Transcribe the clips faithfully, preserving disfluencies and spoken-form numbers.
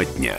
Тема дня.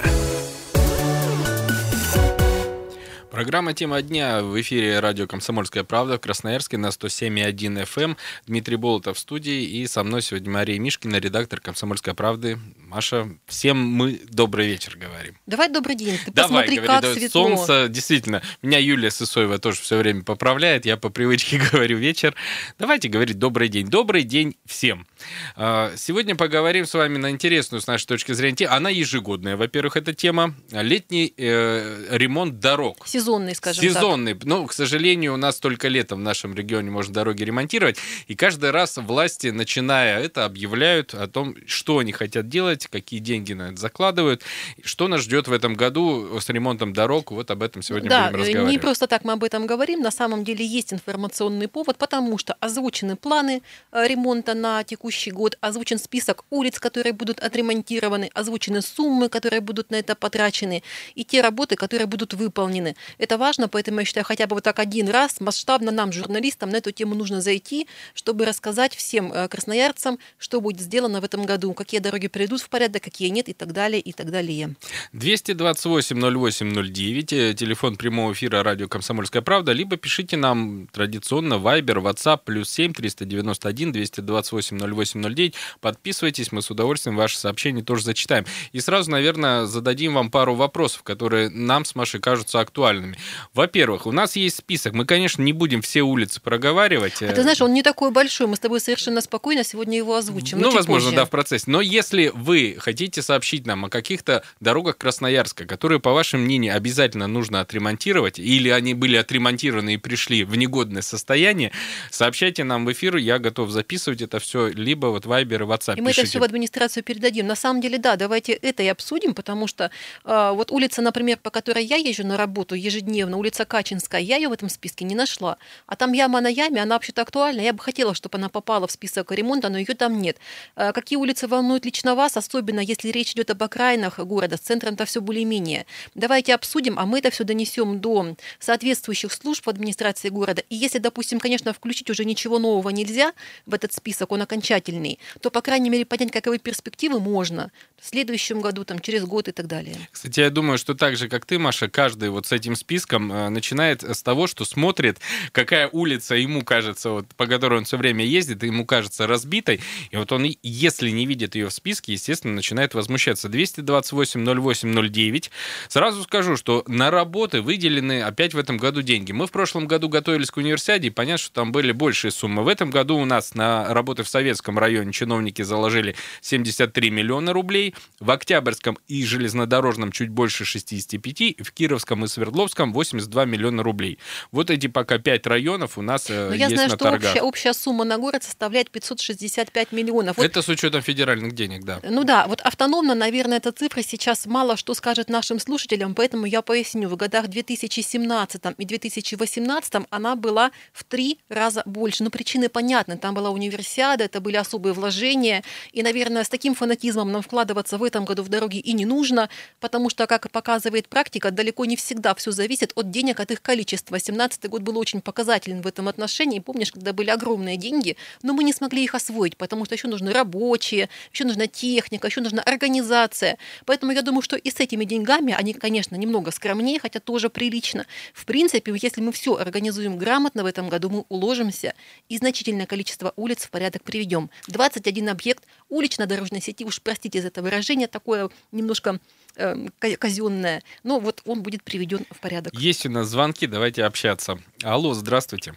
Программа «Тема дня» в эфире радио «Комсомольская правда» в Красноярске на сто семь и один эф эм. Дмитрий Болотов в студии, и со мной сегодня Мария Мишкина, редактор «Комсомольской правды». Маша, всем мы добрый вечер говорим. Давай добрый день. Ты Давай, посмотри, говори, как да, светло. Солнце, действительно. Меня Юлия Сысоева тоже все время поправляет. Я по привычке говорю вечер. Давайте говорить добрый день. Добрый день всем. Сегодня поговорим с вами на интересную, с нашей точки зрения, тему. Она ежегодная, во-первых, эта тема. Летний э, ремонт дорог. Сезонный, скажем Сезонный. так. Ну, к сожалению, у нас только летом в нашем регионе можно дороги ремонтировать. И каждый раз власти, начиная это, объявляют о том, что они хотят делать, какие деньги на это закладывают, что нас ждет в этом году с ремонтом дорог. Вот об этом сегодня да, будем разговаривать. Не просто так мы об этом говорим. На самом деле есть информационный повод, потому что озвучены планы ремонта на текущий год, озвучен список улиц, которые будут отремонтированы, озвучены суммы, которые будут на это потрачены, и те работы, которые будут выполнены. Это важно, поэтому я считаю, хотя бы вот так один раз масштабно нам, журналистам, на эту тему нужно зайти, чтобы рассказать всем красноярцам, что будет сделано в этом году, какие дороги придут в порядок, какие нет, и так далее, и так далее. двести двадцать восемь ноль восемь ноль девять, телефон прямого эфира радио «Комсомольская правда», либо пишите нам традиционно Viber, WhatsApp, плюс семь триста девяносто один двести двадцать восемь ноль восемь ноль девять. Подписывайтесь, мы с удовольствием ваши сообщения тоже зачитаем. И сразу, наверное, зададим вам пару вопросов, которые нам с Машей кажутся актуальными. Во-первых, у нас есть список. Мы, конечно, не будем все улицы проговаривать. А ты знаешь, он не такой большой. Мы с тобой совершенно спокойно сегодня его озвучим. Ну, возможно, позже. да, в процессе. Но если вы хотите сообщить нам о каких-то дорогах Красноярска, которые, по вашему мнению, обязательно нужно отремонтировать, или они были отремонтированы и пришли в негодное состояние, сообщайте нам в эфир. Я готов записывать это все, либо вот Viber и WhatsApp. И мы пишите. это все в администрацию передадим. На самом деле, да, давайте это и обсудим, потому что э, вот улица, например, по которой я езжу на работу ежедневно, улица Качинская, я ее в этом списке не нашла. А там яма на яме, она вообще-то актуальна. Я бы хотела, чтобы она попала в список ремонта, но ее там нет. Э, какие улицы волнуют лично вас, особенно если речь идет об окраинах города, с центром-то все более-менее. Давайте обсудим, а мы это все донесем до соответствующих служб в администрации города. И если, допустим, конечно, включить уже ничего нового нельзя в этот список, он окончательный, то, по крайней мере, понять, каковы перспективы можно в следующем году, там, через год и так далее. Кстати, я думаю, что так же, как ты, Маша, каждый вот с этим списком э, начинает с того, что смотрит, какая улица ему кажется, вот, по которой он все время ездит, и ему кажется разбитой, и вот он, если не видит ее в списке, естественно, начинает возмущаться. двести двадцать восемь ноль восемь ноль девять. Сразу скажу, что на работы выделены опять в этом году деньги. Мы в прошлом году готовились к универсиаде, и понятно, что там были большие суммы. В этом году у нас на работы в Советском районе чиновники заложили семьдесят три миллиона рублей, в Октябрьском и Железнодорожном чуть больше шестьдесят пять, в Кировском и Свердловском восемьдесят два миллиона рублей. Вот эти пока пять районов у нас Но есть я знаю, на что торгах. Общая, общая сумма на город составляет пятьсот шестьдесят пять миллионов. Вот, это с учетом федеральных денег, да. Ну да, вот автономно, наверное, эта цифра сейчас мало что скажет нашим слушателям, поэтому я поясню. В годах две тысячи семнадцатом и две тысячи восемнадцатом она была в три раза больше. Но причины понятны. Там была универсиада, это были особые вложения. И, наверное, с таким фанатизмом нам вкладываться в этом году в дороги и не нужно, потому что, как показывает практика, далеко не всегда все зависит от денег, от их количества. семнадцатый год был очень показателен в этом отношении. Помнишь, когда были огромные деньги, но мы не смогли их освоить, потому что еще нужны рабочие, еще нужна техника, еще нужна организация. Поэтому я думаю, что и с этими деньгами, они, конечно, немного скромнее, хотя тоже прилично. В принципе, если мы все организуем грамотно в этом году, мы уложимся и значительное количество улиц в порядок приведем. двадцать один объект улично-дорожной сети, уж простите за это выражение, такое немножко э, казенное, но вот он будет приведен в порядок. Есть у нас звонки, давайте общаться. Алло, здравствуйте.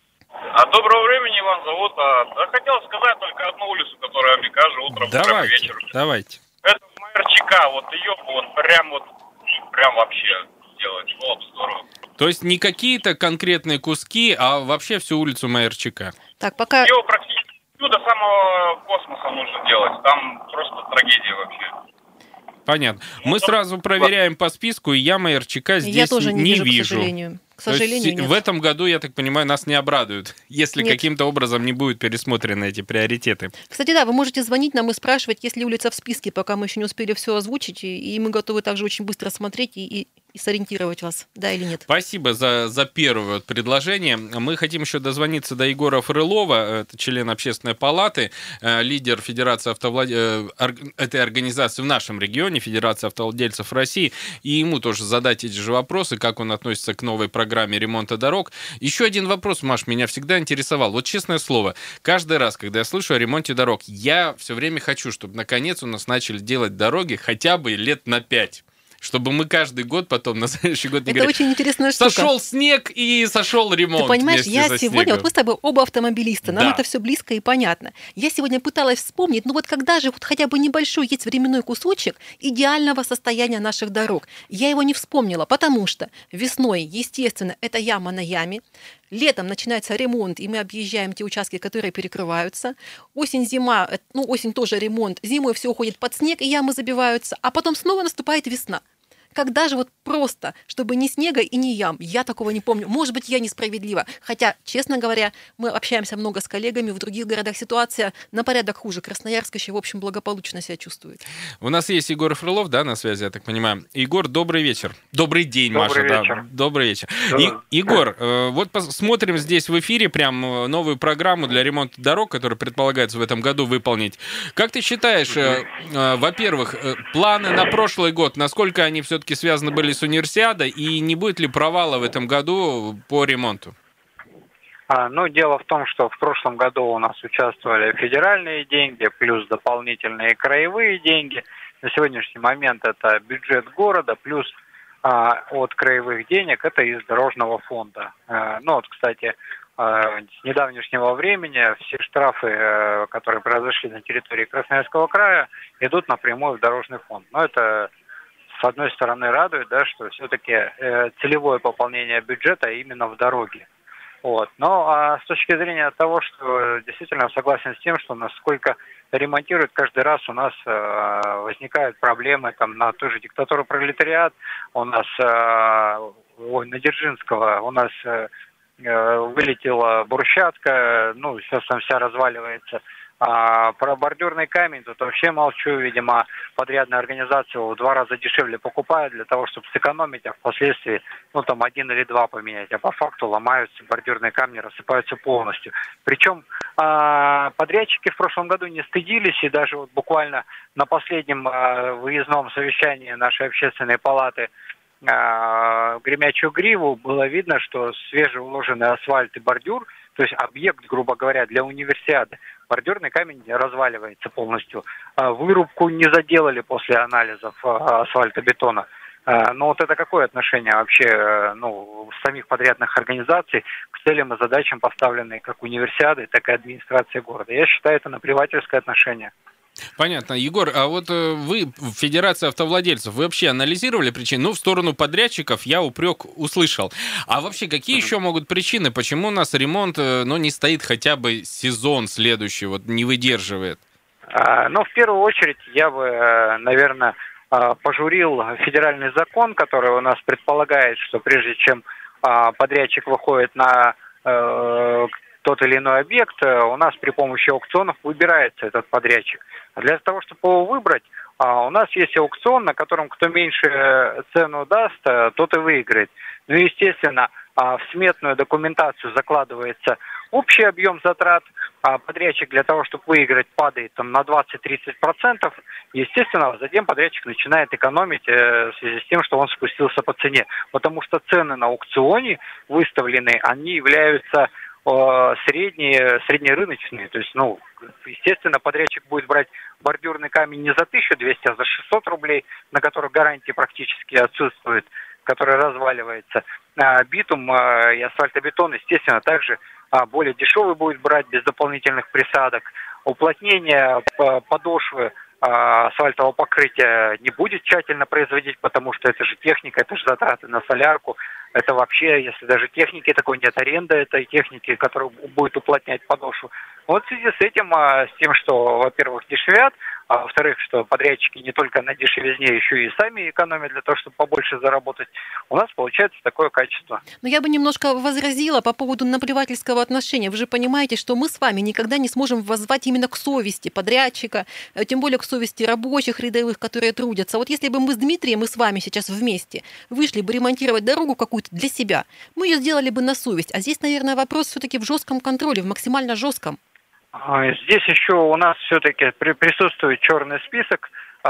А доброго времени вам зовут. А, да, хотел сказать только одну улицу, которая мне кажется утром, давайте, вечером. Давайте. Это Майорчика, вот ее вот прям вот прям вообще сделать, было бы здорово. То есть не какие-то конкретные куски, а вообще всю улицу Майорчика. Так, пока... Ее практически всю до самого космоса нужно делать. Там просто трагедия вообще. Понятно. Мы сразу проверяем по списку, и я Майорчика здесь я тоже не, не вижу, вижу. К сожалению. К сожалению, То есть нет. В этом году, я так понимаю, нас не обрадуют, если нет. каким-то образом не будут пересмотрены эти приоритеты. Кстати, да, вы можете звонить нам и спрашивать, есть ли улица в списке, пока мы еще не успели все озвучить, и мы готовы также очень быстро смотреть и, и и сориентировать вас, да или нет. Спасибо за, за первое вот предложение. Мы хотим еще дозвониться до Егора Фрылова, это член Общественной палаты, лидер Федерации автовладельцев, этой организации в нашем регионе, Федерация автовладельцев России, и ему тоже задать эти же вопросы, как он относится к новой программе ремонта дорог. Еще один вопрос, Маш, меня всегда интересовал. Вот честное слово, каждый раз, когда я слышу о ремонте дорог, я все время хочу, чтобы наконец у нас начали делать дороги хотя бы лет на пять. Чтобы мы каждый год потом на следующий год не Это говорили, очень интересная штука. Сошел снег и сошел ремонт. Ты понимаешь, я сегодня, снегом. вот мы с тобой оба автомобилисты, нам Да. это все близко и понятно. Я сегодня пыталась вспомнить, ну вот когда же вот хотя бы небольшой есть временной кусочек идеального состояния наших дорог. Я его не вспомнила, потому что весной, естественно, это яма на яме. Летом начинается ремонт, и мы объезжаем те участки, которые перекрываются. Осень, зима, ну осень тоже ремонт, зимой все уходит под снег, и ямы забиваются, а потом снова наступает весна. Когда же вот просто, чтобы ни снега и ни ям, я такого не помню. Может быть, я несправедлива. Хотя, честно говоря, мы общаемся много с коллегами, в других городах ситуация на порядок хуже. Красноярск еще, в общем, благополучно себя чувствует. У нас есть Егор Фрылов, да, на связи, я так понимаю. Егор, добрый вечер. Добрый день, Добрый Маша. вечер. Да. Добрый вечер. Да. И, Егор, э, вот посмотрим здесь в эфире прям э, новую программу для ремонта дорог, которую предполагается в этом году выполнить. Как ты считаешь, э, э, во-первых, э, планы на прошлый год, насколько они все-таки связаны были с универсиадой, и не будет ли провала в этом году по ремонту? А, ну, дело в том, что в прошлом году у нас участвовали федеральные деньги, плюс дополнительные краевые деньги. На сегодняшний момент это бюджет города, плюс а, от краевых денег это из дорожного фонда. А, ну, вот, кстати, а, с недавнешнего времени все штрафы, а, которые произошли на территории Красноярского края, идут напрямую в дорожный фонд. Но это, с одной стороны, радует, да, что все-таки э, целевое пополнение бюджета именно в дороге. Вот. Но а с точки зрения того, что действительно согласен с тем, что насколько ремонтируют, каждый раз у нас э, возникают проблемы там, на той же диктатуру пролетариат, у нас э, ой, на Дзержинского у нас э, вылетела брусчатка, ну, сейчас там вся разваливается. А про бордюрный камень тут вообще молчу, видимо, подрядная организация его в два раза дешевле покупает для того, чтобы сэкономить, а впоследствии, ну, там, один или два поменять, а по факту ломаются бордюрные камни, рассыпаются полностью. Причем а, подрядчики в прошлом году не стыдились, и даже вот буквально на последнем а, выездном совещании нашей общественной палаты а, в Гремячую Гриву было видно, что свежеуложенный асфальт и бордюр, то есть объект, грубо говоря, для универсиады, бордюрный камень разваливается полностью. Вырубку не заделали после анализов асфальтобетона. Но вот это какое отношение вообще, ну, самих подрядных организаций к целям и задачам, поставленные как универсиады, так и администрации города? Я считаю, это наплевательское отношение. Понятно. Егор, а вот вы в Федерации автовладельцев, вы вообще анализировали причины? Ну, в сторону подрядчиков я упрек услышал. А вообще, какие еще могут причины, почему у нас ремонт, ну, не стоит хотя бы сезон следующий, вот не выдерживает? А, ну, в первую очередь, я бы, наверное, пожурил федеральный закон, который у нас предполагает, что прежде чем подрядчик выходит на тот или иной объект, у нас при помощи аукционов выбирается этот подрядчик. А для того, чтобы его выбрать, у нас есть аукцион, на котором кто меньше цену даст, тот и выиграет. Ну и, естественно, в сметную документацию закладывается общий объем затрат, а подрядчик для того, чтобы выиграть, падает там, на двадцать-тридцать процентов. Естественно, затем подрядчик начинает экономить э, в связи с тем, что он спустился по цене. Потому что цены на аукционе выставлены, они являются э, средние, среднерыночные. То есть, ну, естественно, подрядчик будет брать бордюрный камень не за тысячу двести, а за шестьсот рублей, на которых гарантии практически отсутствует, который разваливается. А битум а, и асфальтобетон, естественно, также а, более дешевый будет брать без дополнительных присадок. Уплотнение подошвы а, асфальтового покрытия не будет тщательно производить, потому что это же техника, это же затраты на солярку. Это вообще, если даже техники такой нет, аренда этой техники, которая будет уплотнять подошву. Вот в связи с этим, с тем, что, во-первых, дешевят а во-вторых, что подрядчики не только на дешевизне, еще и сами экономят для того, чтобы побольше заработать, у нас получается такое качество. Но я бы немножко возразила по поводу наплевательского отношения. Вы же понимаете, что мы с вами никогда не сможем воззвать именно к совести подрядчика, тем более к совести рабочих рядовых, которые трудятся. Вот если бы мы с Дмитрием и с вами сейчас вместе вышли бы ремонтировать дорогу какую-то для себя, мы ее сделали бы на совесть. А здесь, наверное, вопрос все-таки в жестком контроле, в максимально жестком. Здесь еще у нас все-таки присутствует черный список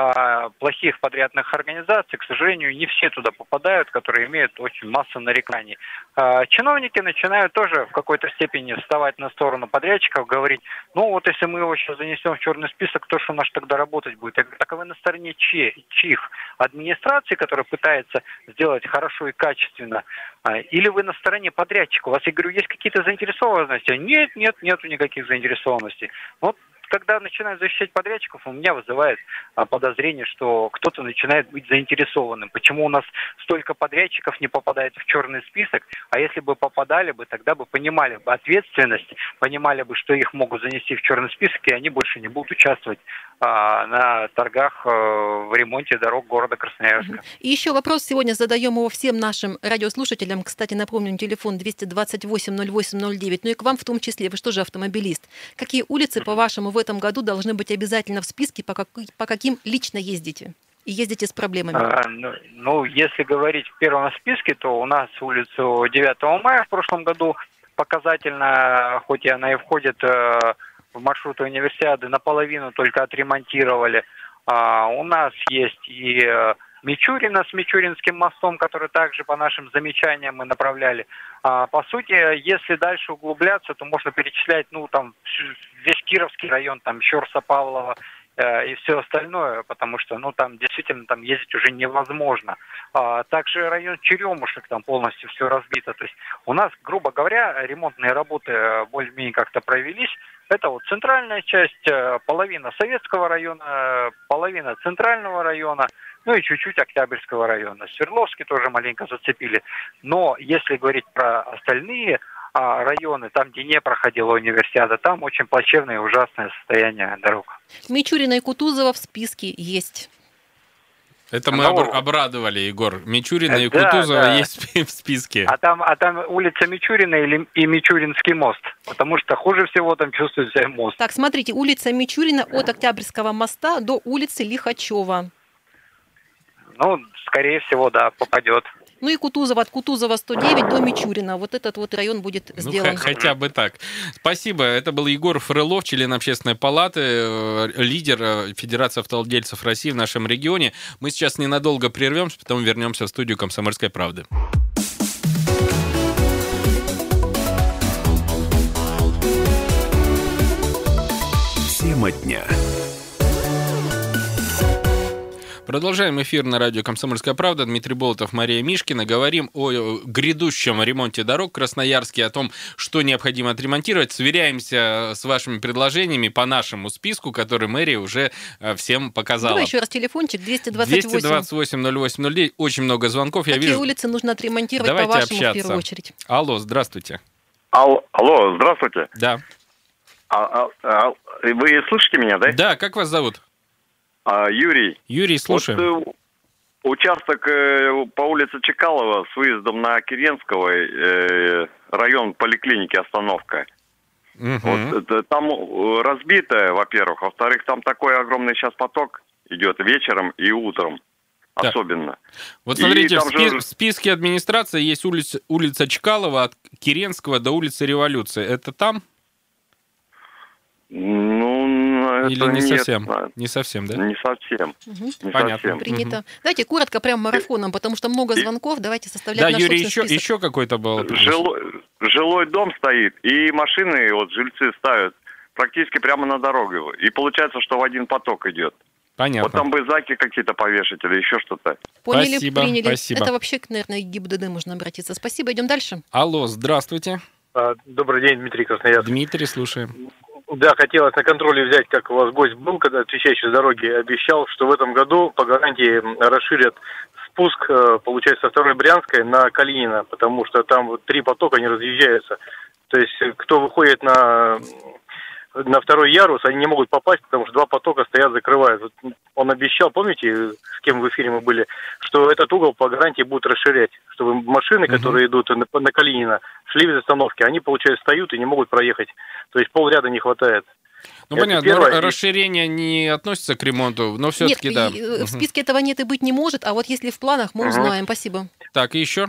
плохих подрядных организаций. К сожалению, не все туда попадают, которые имеют очень массу нареканий. Чиновники начинают тоже в какой-то степени вставать на сторону подрядчиков, говорить, ну вот если мы его сейчас занесем в черный список, то что у нас тогда работать будет? Я говорю, так а вы на стороне чьи, чьих? Администрации, которая пытается сделать хорошо и качественно, или вы на стороне подрядчика? У вас, я говорю, есть какие-то заинтересованности? Нет, нет, нету никаких заинтересованностей. Вот когда начинают защищать подрядчиков, у меня вызывает а, подозрение, что кто-то начинает быть заинтересованным. Почему у нас столько подрядчиков не попадает в черный список, а если бы попадали бы, тогда бы понимали бы ответственность, понимали бы, что их могут занести в черный список, и они больше не будут участвовать а, на торгах а, в ремонте дорог города Красноярска. И еще вопрос сегодня задаем его всем нашим радиослушателям. Кстати, напомню, телефон двести двадцать восемь ноль восемь ноль девять, ну и к вам в том числе. Вы что же автомобилист? Какие улицы, по-вашему, в этом году должны быть обязательно в списке, по, как, по каким лично ездите? И ездите с проблемами? А, ну, ну, если говорить в первом списке, то у нас улицу девятого мая в прошлом году показательно, хоть и она и входит э, в маршрут универсиады, наполовину только отремонтировали. А, у нас есть и э, Мичурина с Мичуринским мостом, который также по нашим замечаниям мы направляли. А, по сути, если дальше углубляться, то можно перечислять, ну, там, весь Кировский район, там, Щорса-Павлова э, и все остальное, потому что, ну, там, действительно, там ездить уже невозможно. А, также район Черемушек, там полностью все разбито. То есть у нас, грубо говоря, ремонтные работы более-менее как-то провелись. Это вот центральная часть, половина Советского района, половина Центрального района, ну и чуть-чуть Октябрьского района. Свердловский тоже маленько зацепили. Но если говорить про остальные а, районы, там, где не проходила универсиада, там очень плачевное и ужасное состояние дорог. Мичурина и Кутузова в списке есть. Это мы ну, обрадовали, Егор. Мичурина и да, Кутузова да. есть в списке. А там, а там улица Мичурина или, и Мичуринский мост. Потому что хуже всего там чувствует себя мост. Так, смотрите, улица Мичурина от Октябрьского моста до улицы Лихачева. Ну, скорее всего, да, попадет. Ну и Кутузова, от Кутузова сто девять до Мичурина. Вот этот вот район будет сделан. Ну, хотя бы так. Спасибо. Это был Егор Фрылов, член Общественной палаты, лидер Федерации автовладельцев России в нашем регионе. Мы сейчас ненадолго прервемся, потом вернемся в студию «Комсомольской правды». Тема дня. Продолжаем эфир на радио «Комсомольская правда». Дмитрий Болотов, Мария Мишкина. Говорим о грядущем ремонте дорог в Красноярске, о том, что необходимо отремонтировать. Сверяемся с вашими предложениями по нашему списку, который мэрия уже всем показала. Давай еще раз телефончик двести двадцать восемь. двести двадцать восемь ноль восемь ноль девять. Очень много звонков. Я Какие вижу... улицы нужно отремонтировать, Давайте по-вашему, общаться. в первую очередь? Алло, здравствуйте. Алло, алло, здравствуйте. Да. А, а, а, вы слышите меня, да? Да, как вас зовут? А, Юрий. Юрий, слушаем. Вот, э, участок э, по улице Чекалова с выездом на Киренского, э, район поликлиники, остановка. Угу. Вот, э, там разбито, во-первых. Во-вторых, там такой огромный сейчас поток идет вечером и утром. Да. Особенно. Вот смотрите, в, спи- же... в списке администрации есть улица, улица Чкалова от Киренского до улицы Революции. Это там? Ну, Или это не нет, совсем? Не совсем, да? Не совсем. Угу. Не Понятно. совсем. Принято. Угу. Давайте коротко, прям марафоном, потому что много звонков. Давайте составлять Да, наш Юрий, собственный еще, список. еще какой-то был. Жилой, жилой дом стоит, и машины, вот жильцы ставят практически прямо на дорогу. И получается, что в один поток идет. Понятно. Вот там бы знаки какие-то повешать или еще что-то. Поняли, Спасибо, приняли. спасибо. Это вообще, наверное, к ГИБДД можно обратиться. Спасибо, идем дальше. Алло, здравствуйте. Добрый день, Дмитрий Красноярск. Дмитрий, слушаем. Да, хотелось на контроле взять, как у вас гость был, когда отвечающий с дороги обещал, что в этом году по гарантии расширят спуск, получается, со второй Брянской на Калинина, потому что там вот три потока не разъезжаются. То есть кто выходит на на второй ярус, они не могут попасть, потому что два потока стоят, закрывают. Вот он обещал, помните, с кем в эфире мы были, что этот угол по гарантии будут расширять, чтобы машины, uh-huh. которые идут на, на Калинина, шли без остановки, они, получается, встают и не могут проехать. То есть полряда не хватает. Ну, это понятно, первое. Расширение не относится к ремонту, но все-таки нет, да. В списке этого нет и быть не может, а вот если в планах, мы узнаем. Угу. Спасибо. Так, и еще?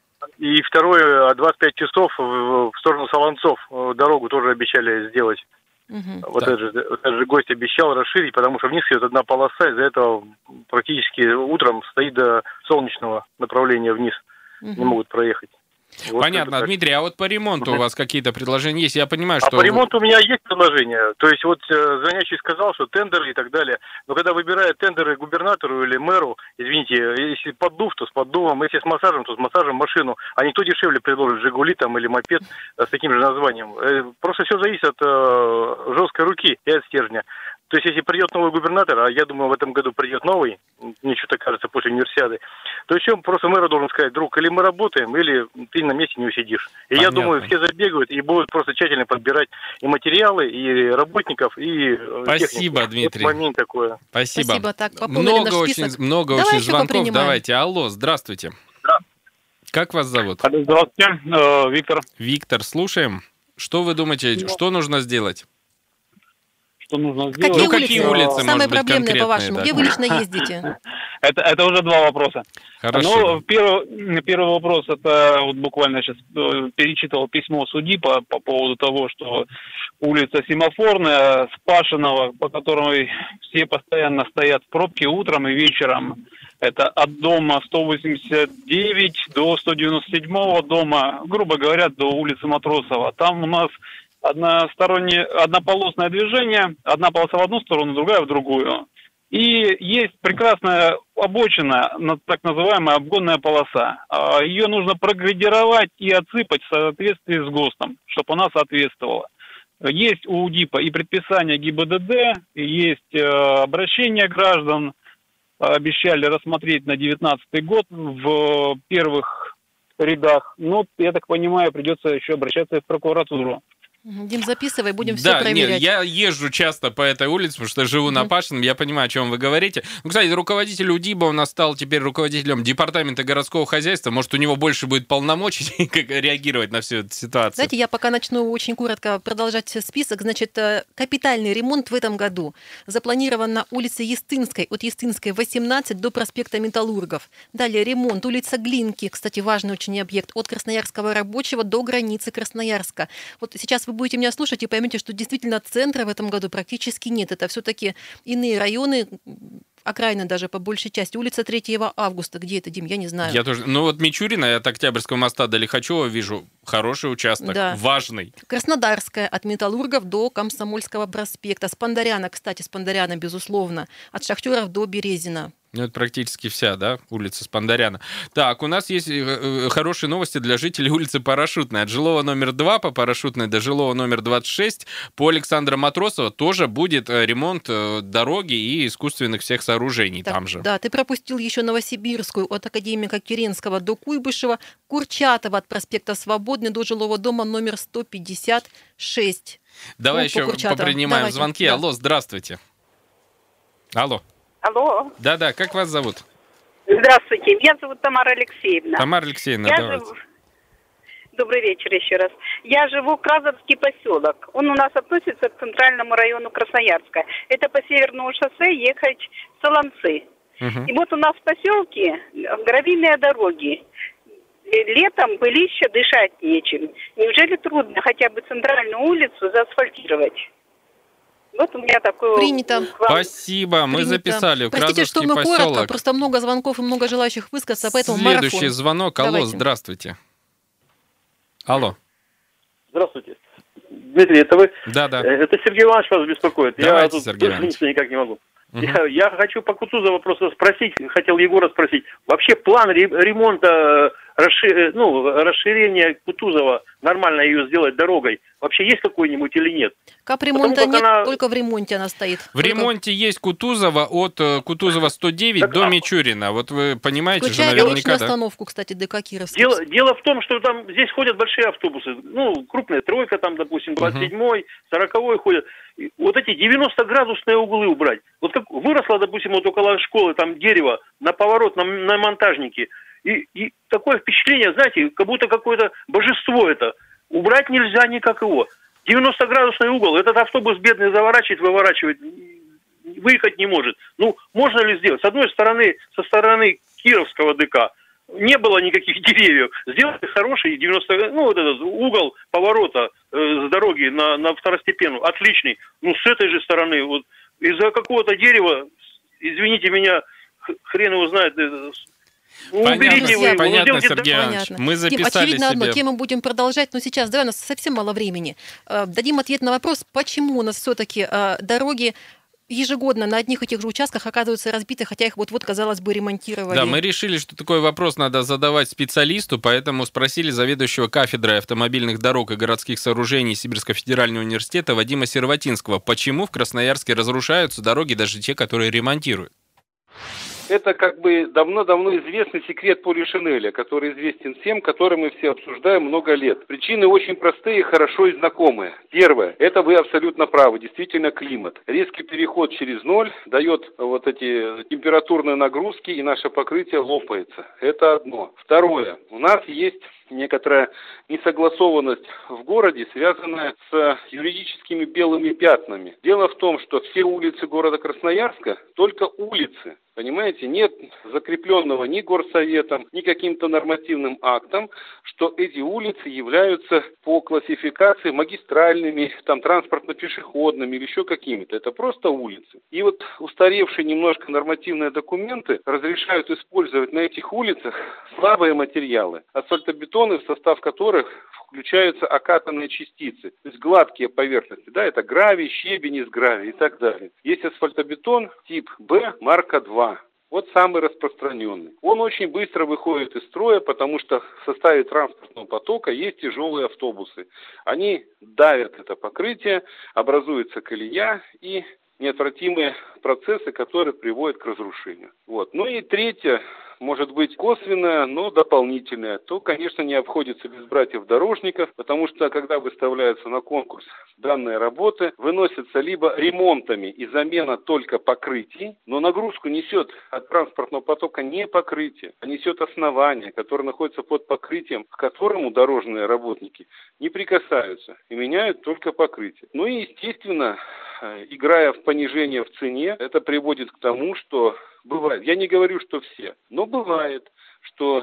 И второе, двадцать пять часов в сторону Солонцов дорогу тоже обещали сделать. Угу. Вот этот же, этот же гость обещал расширить, потому что вниз идет одна полоса, из-за этого практически утром стоит до солнечного направления вниз. Угу. Не могут проехать. Вот. Понятно, Дмитрий, а вот по ремонту uh-huh. у вас какие-то предложения есть? Я понимаю, что... А по ремонту у меня есть предложение. То есть вот э, звонящий сказал, что тендеры и так далее. Но когда выбирают тендеры губернатору или мэру, извините, если поддув, то с поддувом, если с массажем, то с массажем машину. А никто дешевле предложит «Жигули» там или мопед э, с таким же названием. Э, просто все зависит от э, жесткой руки и от стержня. То есть, если придет новый губернатор, а я думаю, в этом году придет новый, мне что-то кажется, после универсиады, то еще просто мэр должен сказать: друг, или мы работаем, или ты на месте не усидишь. И понятно. Я думаю, все забегают и будут просто тщательно подбирать и материалы, и работников, и спасибо, технику. Дмитрий. Вот момент такое. Спасибо. Спасибо. Так, много очень, много Давай очень звонков. Давайте. Алло, здравствуйте. Да. Как вас зовут? Здравствуйте, э, Виктор. Виктор, слушаем. Что вы думаете, да. что нужно сделать? Что нужно сделать? Какие ну, улицы, какие улицы самые может быть, проблемные, по-вашему? да. Где вы лично ездите? это, это уже два вопроса. Хорошо. Ну, первый, первый вопрос, это вот буквально сейчас перечитывал письмо судьи по, по поводу того, что улица Семафорная, Спашиного, по которой все постоянно стоят в пробке утром и вечером. Это от дома сто восемьдесят девять до сто девяносто седьмого дома, грубо говоря, до улицы Матросова. Там у нас одностороннее, однополосное движение, одна полоса в одну сторону, другая в другую. И есть прекрасная обочина, так называемая обгонная полоса. Ее нужно проградировать и отсыпать в соответствии с ГОСТом, чтобы она соответствовала. Есть у УДИПа и предписание ГИБДД, и есть обращение граждан, обещали рассмотреть на девятнадцатый год в первых рядах. Но, я так понимаю, придется еще обращаться в прокуратуру. Дим, записывай, будем да, все проверять. Нет, я езжу часто по этой улице, потому что живу mm-hmm. на Пашином, я понимаю, о чем вы говорите. Ну, кстати, руководитель УДИБа у нас стал теперь руководителем департамента городского хозяйства. Может, у него больше будет полномочий как реагировать на всю эту ситуацию. Знаете, я пока начну очень коротко продолжать список. Значит, капитальный ремонт в этом году запланирован на улице Естинской, от Естинской восемнадцать до проспекта Металлургов. Далее ремонт улица Глинки, кстати, важный очень объект, от Красноярского рабочего до границы Красноярска. Вот сейчас вы будете меня слушать и поймете, что действительно центра в этом году практически нет. Это все-таки иные районы, окраины даже по большей части. Улица третьего августа. Где это, Дим? Я не знаю. Я тоже. Ну вот Мичурина, от Октябрьского моста до Лихачева вижу хороший участок, да. важный. Краснодарская от Металлургов до Комсомольского проспекта. Спандаряна, кстати, Спандаряна, безусловно. От Шахтеров до Березина. Ну, это практически вся, да, улица Спандаряна. Так, у нас есть хорошие новости для жителей улицы Парашютной. От жилого номер два по Парашютной до жилого номер двадцать шесть по Александра Матросова тоже будет ремонт дороги и искусственных всех сооружений так, там же. Да, ты пропустил еще Новосибирскую от академика Керенского до Куйбышева, Курчатова от проспекта Свободный до жилого дома номер сто пятьдесят шесть. Давай ну, еще по попринимаем Давайте. звонки. Да. Алло, здравствуйте. Алло. Алло. Да-да, как вас зовут? Здравствуйте, меня зовут Тамара Алексеевна. Тамара Алексеевна, Я давайте. Жив... Добрый вечер еще раз. Я живу в Кразовский поселок. Он у нас относится к центральному району Красноярска. Это по Северному шоссе ехать в Солонцы. Угу. И вот у нас в поселке гравийные дороги. Летом пылище, дышать нечем. Неужели трудно хотя бы центральную улицу заасфальтировать? Вот у меня такое... Принято. Спасибо, мы Принято. записали. Простите, что мы поселок. коротко, просто много звонков и много желающих высказаться, поэтому Следующий марафон. звонок. Алло, Давайте. Здравствуйте. Алло. Здравствуйте. Дмитрий, это вы? Да, да. Это Сергей Иванович вас беспокоит. Давайте, я тут Сергей Иванович. никак не могу. Угу. Я, я хочу по Кутузову просто спросить, хотел Егора спросить. Вообще план ремонта расшир... ну, расширение Кутузова, нормально ее сделать дорогой, вообще есть какой-нибудь или нет? Капремонта нет, она... только в ремонте она стоит. В только... ремонте есть Кутузова от Кутузова сто девять так, до а... Мичурина. Вот вы понимаете Включая же наверняка, да? остановку, кстати, ДК Кировский. Дело, дело в том, что там здесь ходят большие автобусы. Ну, крупная тройка, там, допустим, двадцать седьмой, сороковой ходят. И вот эти девяносто-градусные углы убрать. Вот как выросло, допустим, вот около школы там дерево на поворот, на, на монтажнике. И, и такое впечатление, знаете, как будто какое-то божество это. Убрать нельзя никак его. девяносто-градусный угол. Этот автобус бедный заворачивает, выворачивает, выехать не может. Ну, можно ли сделать? С одной стороны, со стороны Кировского ДК не было никаких деревьев. Сделали хороший девяносто, ну, вот этот угол поворота э, с дороги на, на второстепенную. Отличный. Ну, с этой же стороны, вот из-за какого-то дерева, извините меня, хрен его знает, ну, понятно, уберите вы, понятно, ну, Сергей Иванович. Мы записали Дим, очевидно себе. одно, тему будем продолжать, но сейчас, давай, у нас совсем мало времени. Дадим ответ на вопрос, почему у нас все-таки дороги ежегодно на одних и тех же участках оказываются разбиты, хотя их вот-вот, казалось бы, ремонтировали. Да, мы решили, что такой вопрос надо задавать специалисту, поэтому спросили заведующего кафедрой автомобильных дорог и городских сооружений Сибирского федерального университета Вадима Серватинского, почему в Красноярске разрушаются дороги, даже те, которые ремонтируют. Это как бы давно-давно известный секрет Полишинеля, который известен всем, который мы все обсуждаем много лет. Причины очень простые и хорошо и знакомые. Первое, это вы абсолютно правы, действительно климат. Резкий переход через ноль дает вот эти температурные нагрузки, и наше покрытие лопается. Это одно. Второе, у нас есть некоторая несогласованность в городе, связанная с юридическими белыми пятнами. Дело в том, что все улицы города Красноярска только улицы. Понимаете, нет закрепленного ни горсоветом, ни каким-то нормативным актом, что эти улицы являются по классификации магистральными, там, транспортно-пешеходными или еще какими-то. Это просто улицы. И вот устаревшие немножко нормативные документы разрешают использовать на этих улицах слабые материалы, асфальтобетоны, в состав которых включаются окатанные частицы, то есть гладкие поверхности, да, это гравий, щебень из гравия и так далее. Есть асфальтобетон тип Б, марка два. Вот самый распространенный. Он очень быстро выходит из строя, потому что в составе транспортного потока есть тяжелые автобусы. Они давят это покрытие, образуется колея и неотвратимые процессы, которые приводят к разрушению. Вот. Ну и третье, может быть косвенное, но дополнительное, то, конечно, не обходится без братьев-дорожников, потому что, когда выставляются на конкурс данные работы, выносятся либо ремонтами и замена только покрытий, но нагрузку несет от транспортного потока не покрытие, а несет основание, которое находится под покрытием, к которому дорожные работники не прикасаются и меняют только покрытие. Ну и, естественно, играя в понижение в цене, это приводит к тому, что бывает, я не говорю, что все, но бывает, что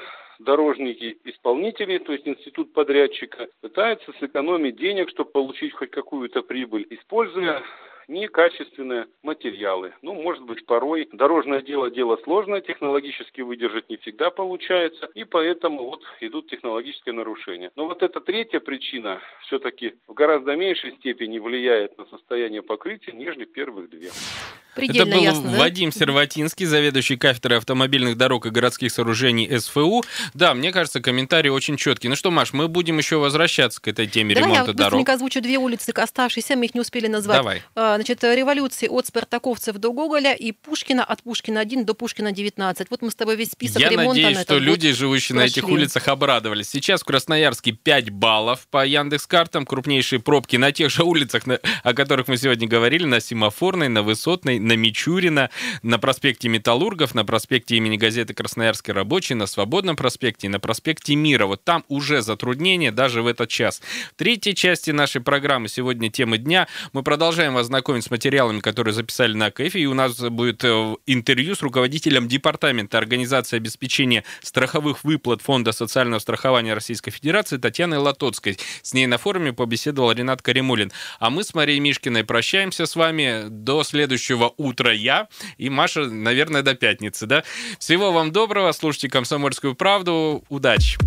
дорожники-исполнители, то есть институт подрядчика, пытаются сэкономить денег, чтобы получить хоть какую-то прибыль, используя некачественные материалы. Ну, может быть, порой дорожное дело дело сложное, технологически выдержать не всегда получается, и поэтому вот идут технологические нарушения. Но вот эта третья причина все-таки в гораздо меньшей степени влияет на состояние покрытия, нежели первых две. Предельно Это был ясно, да? Вадим Серватинский, заведующий кафедрой автомобильных дорог и городских сооружений эс эф у. Да, мне кажется, комментарий очень четкий. Ну что, Маш, мы будем еще возвращаться к этой теме Давай ремонта я дорог. быстренько озвучу две улицы оставшиеся, мы их не успели назвать. Давай. Значит, Революции от Спартаковцев до Гоголя и Пушкина от Пушкина один до Пушкина девятнадцать. Вот мы с тобой весь список Я ремонта надеюсь, на что этот люди, год живущие прошли. на этих улицах, обрадовались. Сейчас в Красноярске пять баллов по Яндекс.Картам. Крупнейшие пробки на тех же улицах, на, о которых мы сегодня говорили, на Семафорной, на Высотной, на Мичурина, на проспекте Металлургов, на проспекте имени газеты «Красноярский рабочий», на Свободном проспекте и на проспекте Мира. Вот там уже затруднения даже в этот час. В третьей части нашей программы сегодня темы дня. Мы продолжаем вас знакомить с материалами, которые записали на КЭФе, и у нас будет интервью с руководителем департамента организации обеспечения страховых выплат Фонда социального страхования Российской Федерации Татьяной Лотоцкой. С ней на форуме побеседовал Ренат Каримулин. А мы с Марией Мишкиной прощаемся с вами до следующего утра. Я и Маша, наверное, до пятницы, да? Всего вам доброго, слушайте «Комсомольскую правду». Удачи!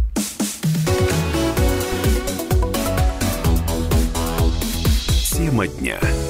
Тема дня.